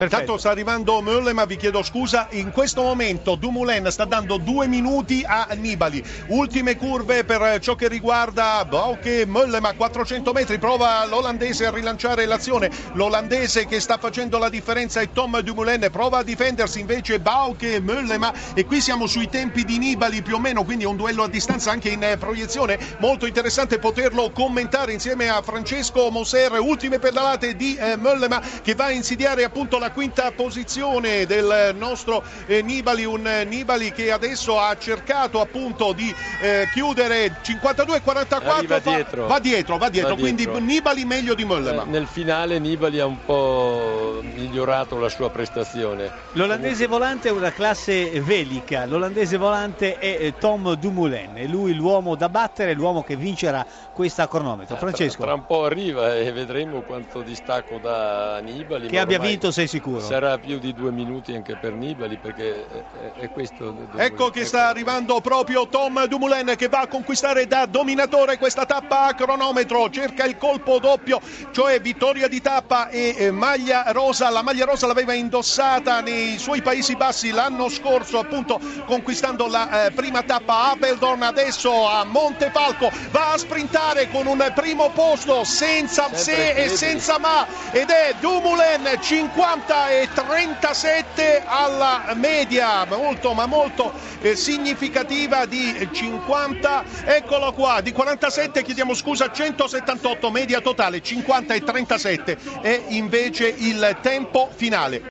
Intanto sta arrivando Mölle, ma vi chiedo scusa, in questo momento Dumoulin sta dando 2 minuti a Nibali. Ultime curve per ciò che riguarda Bauke Mölle, ma 400 metri, prova l'olandese a rilanciare l'azione. L'olandese che sta facendo la differenza è Tom Dumoulin, prova a difendersi invece Bauke Mölle, ma e qui siamo sui tempi di Nibali più o meno, quindi è un duello a distanza anche in proiezione, molto interessante poterlo commentare insieme a Francesco Moser. Ultime pedalate di Mölle, ma che va a insidiare appunto la quinta posizione del nostro Nibali, un Nibali che adesso ha cercato appunto di chiudere 52-44, va dietro, quindi Nibali meglio di Mölle. Nel finale Nibali ha un po' migliorato la sua prestazione. L'olandese volante è una classe velica, l'olandese volante è Tom Dumoulin, è lui l'uomo da battere, l'uomo che vincerà questa cronometro. Francesco. Tra un po' arriva e vedremo quanto distacco da Nibali. Che abbia vinto sei sicuro? Sarà più di 2 minuti anche per Nibali, perché è questo. Ecco che sta arrivando proprio Tom Dumoulin, che va a conquistare da dominatore questa tappa a cronometro, cerca il colpo doppio, cioè vittoria di tappa e maglia rosa. La maglia rosa l'aveva indossata nei suoi Paesi Bassi l'anno scorso, appunto conquistando la prima tappa a Apeldoorn. Adesso a Montefalco va a sprintare con un primo posto senza se e senza ma, ed è Dumoulin 50-37 alla media, molto significativa di 50, eccolo qua, di 47, chiediamo scusa, 178, media totale 50-37 è invece il tempo finale.